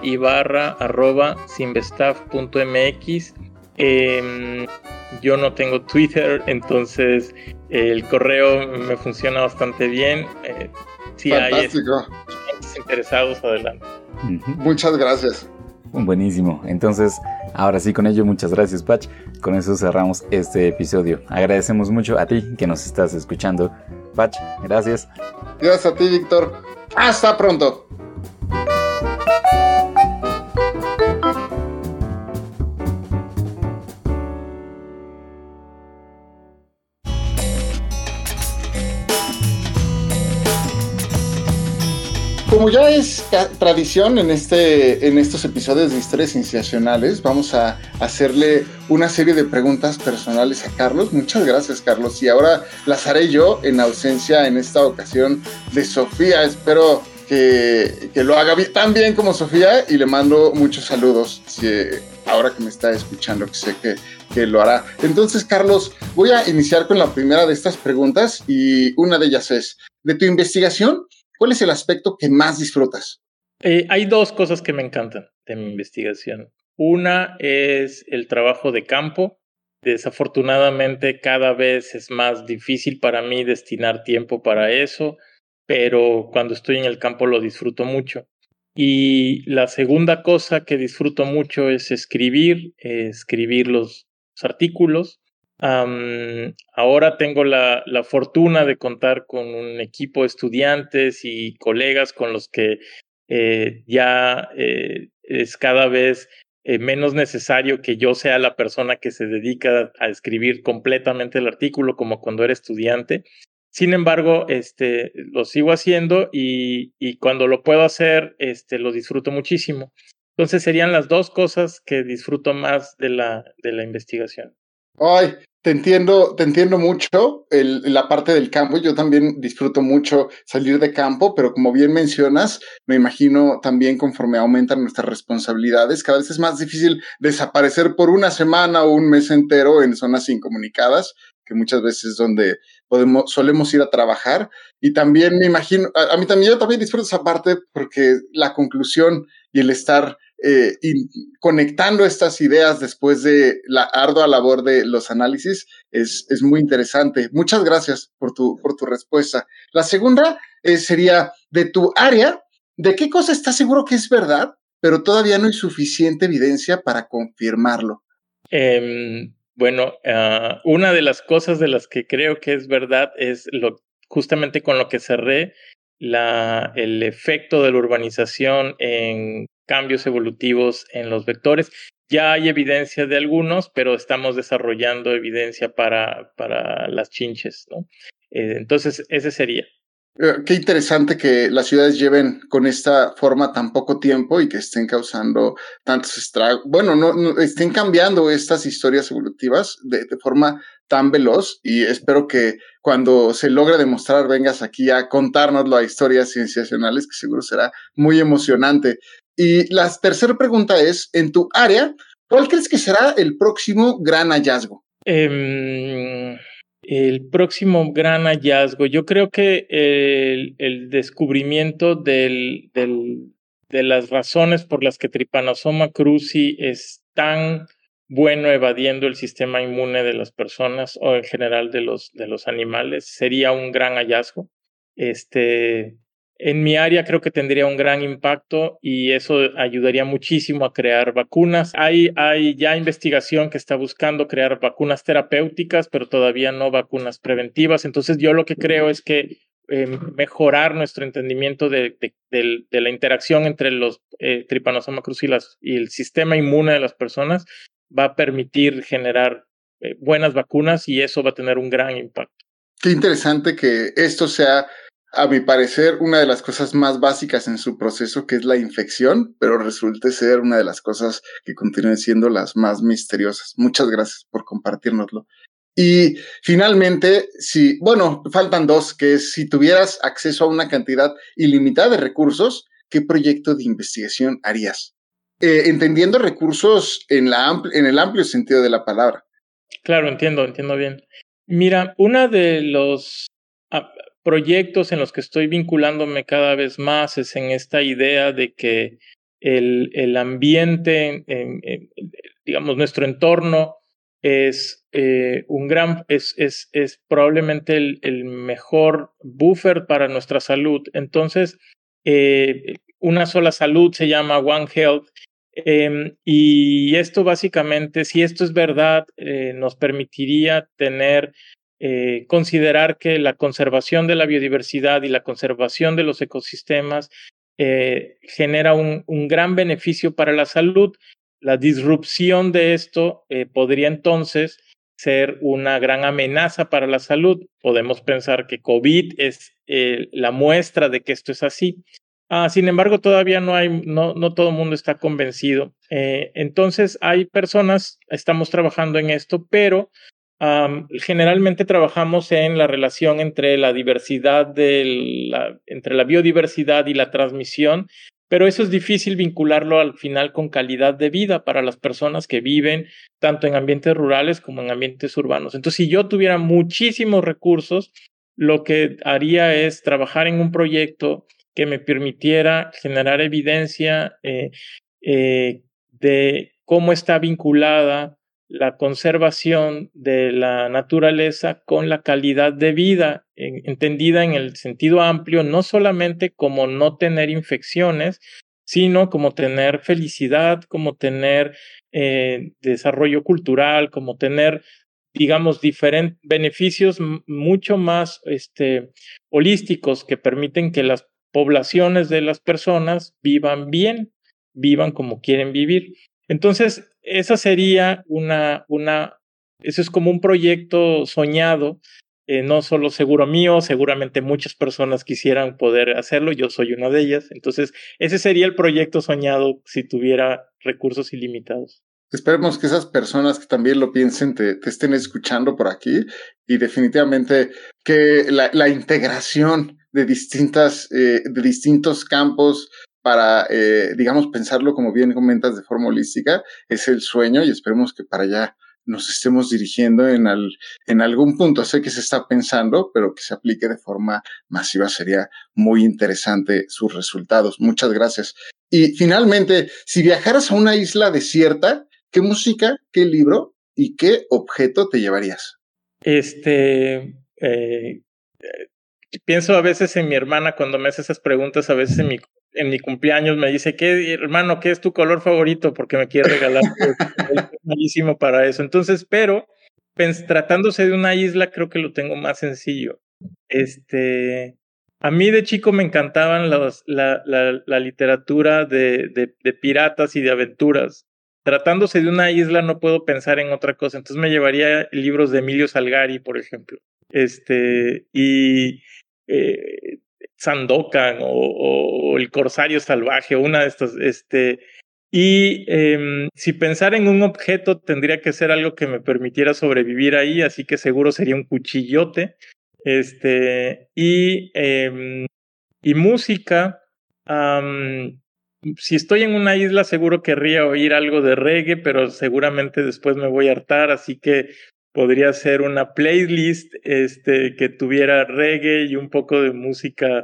cibarra@cinvestav.mx. Yo no tengo Twitter, entonces el correo me funciona bastante bien. Si fantástico. Hay interesados, adelante. Muchas gracias. Buenísimo. Entonces, ahora sí, con ello, muchas gracias, Pach. Con eso cerramos este episodio. Agradecemos mucho a ti que nos estás escuchando. Pach, gracias. Gracias a ti, Víctor. Hasta pronto. como ya es tradición en estos episodios de Historias Sensacionales, vamos a hacerle una serie de preguntas personales a Carlos. Muchas gracias, Carlos. Y ahora las haré yo en ausencia en esta ocasión de Sofía. Espero que lo haga tan bien como Sofía y le mando muchos saludos. Ahora que me está escuchando, que sé que lo hará. Entonces, Carlos, voy a iniciar con la primera de estas preguntas y una de ellas es, de tu investigación, ¿cuál es el aspecto que más disfrutas? Hay dos cosas que me encantan de mi investigación. Una es el trabajo de campo. Desafortunadamente, cada vez es más difícil para mí destinar tiempo para eso, pero cuando estoy en el campo lo disfruto mucho. Y la segunda cosa que disfruto mucho es escribir los artículos. Ahora tengo la fortuna de contar con un equipo de estudiantes y colegas con los que ya es cada vez menos necesario que yo sea la persona que se dedica a escribir completamente el artículo como cuando era estudiante. Sin embargo, lo sigo haciendo y cuando lo puedo hacer, lo disfruto muchísimo. Entonces serían las dos cosas que disfruto más de la investigación. Ay, te entiendo mucho la parte del campo. Yo también disfruto mucho salir de campo, pero como bien mencionas, me imagino también conforme aumentan nuestras responsabilidades, cada vez es más difícil desaparecer por una semana o un mes entero en zonas incomunicadas, que muchas veces es donde solemos ir a trabajar. Y también me imagino, a mí también, yo también disfruto esa parte porque la conclusión y el estar y conectando estas ideas después de la ardua labor de los análisis es muy interesante. Muchas gracias por tu respuesta. La segunda sería, de tu área, ¿de qué cosa estás seguro que es verdad, pero todavía no hay suficiente evidencia para confirmarlo? Bueno, una de las cosas de las que creo que es verdad es justamente con lo que cerré, el efecto de la urbanización en cambios evolutivos en los vectores. Ya hay evidencia de algunos, pero estamos desarrollando evidencia para las chinches, ¿no? Entonces, ese sería. Qué interesante que las ciudades lleven con esta forma tan poco tiempo y que estén causando tantos estragos. Bueno, no estén cambiando estas historias evolutivas de forma tan veloz, y espero que cuando se logre demostrar vengas aquí a contárnoslo a historias sensacionales, que seguro será muy emocionante. Y la tercera pregunta es, en tu área, ¿cuál crees que será el próximo gran hallazgo? El próximo gran hallazgo, yo creo que el descubrimiento de las razones por las que Trypanosoma cruzi es tan bueno evadiendo el sistema inmune de las personas o en general de los animales sería un gran hallazgo. En mi área creo que tendría un gran impacto y eso ayudaría muchísimo a crear vacunas. Hay ya investigación que está buscando crear vacunas terapéuticas, pero todavía no vacunas preventivas. Entonces yo lo que creo es que mejorar nuestro entendimiento de la interacción entre los Trypanosoma cruzi y el sistema inmune de las personas va a permitir generar buenas vacunas y eso va a tener un gran impacto. Qué interesante que esto sea, a mi parecer, una de las cosas más básicas en su proceso, que es la infección, pero resulte ser una de las cosas que continúen siendo las más misteriosas. Muchas gracias por compartirnoslo. Y finalmente, faltan dos, que es, si tuvieras acceso a una cantidad ilimitada de recursos, ¿qué proyecto de investigación harías? Entendiendo recursos en el amplio sentido de la palabra. Claro, entiendo bien. Mira, uno de los proyectos en los que estoy vinculándome cada vez más es en esta idea de que el ambiente, digamos, nuestro entorno es es probablemente el mejor buffer para nuestra salud. Entonces, una sola salud se llama One Health. Y esto básicamente, si esto es verdad, nos permitiría considerar que la conservación de la biodiversidad y la conservación de los ecosistemas genera un gran beneficio para la salud. La disrupción de esto podría entonces ser una gran amenaza para la salud. Podemos pensar que COVID es la muestra de que esto es así. Sin embargo, todavía no todo el mundo está convencido. Entonces, hay personas, estamos trabajando en esto, pero generalmente trabajamos en la relación entre la diversidad entre la biodiversidad y la transmisión, pero eso es difícil vincularlo al final con calidad de vida para las personas que viven tanto en ambientes rurales como en ambientes urbanos. Entonces, si yo tuviera muchísimos recursos, lo que haría es trabajar en un proyecto que me permitiera generar evidencia de cómo está vinculada la conservación de la naturaleza con la calidad de vida, entendida en el sentido amplio, no solamente como no tener infecciones, sino como tener felicidad, como tener desarrollo cultural, como tener, digamos, diferentes beneficios mucho más holísticos que permiten que las poblaciones de las personas vivan bien, vivan como quieren vivir. Entonces, esa sería eso es como un proyecto soñado, no solo seguro mío, seguramente muchas personas quisieran poder hacerlo, yo soy una de ellas. Entonces, ese sería el proyecto soñado si tuviera recursos ilimitados. Esperemos que esas personas que también lo piensen te estén escuchando por aquí, y definitivamente que la integración de distintos campos para, digamos, pensarlo, como bien comentas, de forma holística, es el sueño, y esperemos que para allá nos estemos dirigiendo en algún punto. Sé que se está pensando, pero que se aplique de forma masiva sería muy interesante sus resultados. Muchas gracias. Y finalmente, si viajaras a una isla desierta, ¿qué música, qué libro y qué objeto te llevarías? Pienso a veces en mi hermana cuando me hace esas preguntas, a veces en mi cumpleaños me dice, hermano, ¿qué es tu color favorito? Porque me quiere regalar. Es malísimo para eso. Entonces, pero tratándose de una isla, creo que lo tengo más sencillo. A mí de chico me encantaban la literatura de piratas y de aventuras. Tratándose de una isla no puedo pensar en otra cosa. Entonces me llevaría libros de Emilio Salgari, por ejemplo. Sandokan o El Corsario Salvaje, una de estas, si pensar en un objeto tendría que ser algo que me permitiera sobrevivir ahí, así que seguro sería un cuchillote, y música, si estoy en una isla seguro querría oír algo de reggae, pero seguramente después me voy a hartar, así que podría ser una playlist que tuviera reggae y un poco de música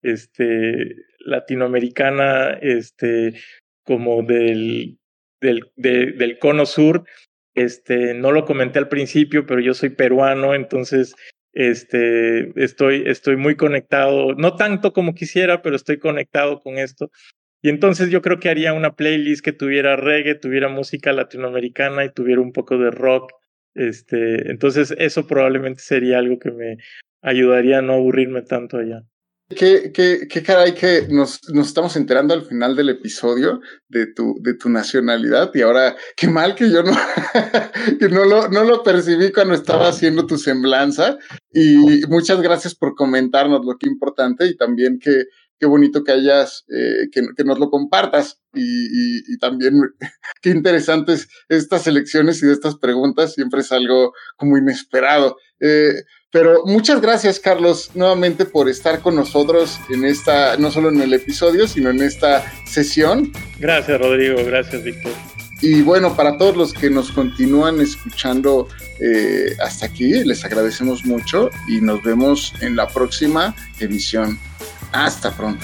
latinoamericana, como del cono sur. No lo comenté al principio, pero yo soy peruano, entonces estoy muy conectado, no tanto como quisiera, pero estoy conectado con esto. Y entonces yo creo que haría una playlist que tuviera reggae, tuviera música latinoamericana y tuviera un poco de rock. Entonces eso probablemente sería algo que me ayudaría a no aburrirme tanto allá. Qué caray que nos estamos enterando al final del episodio de tu nacionalidad, y ahora qué mal que yo que no lo percibí cuando estaba haciendo tu semblanza, y muchas gracias por comentarnos lo que importante, y también qué bonito que hayas, que nos lo compartas, y también qué interesantes estas elecciones y de estas preguntas, siempre es algo como inesperado. Pero muchas gracias, Carlos, nuevamente por estar con nosotros en esta, no solo en el episodio, sino en esta sesión. Gracias, Rodrigo. Gracias, Víctor. Y bueno, para todos los que nos continúan escuchando hasta aquí, les agradecemos mucho y nos vemos en la próxima emisión. Hasta pronto.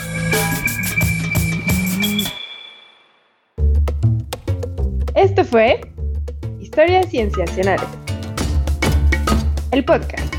Esto fue Historias Cienciacionales, el podcast.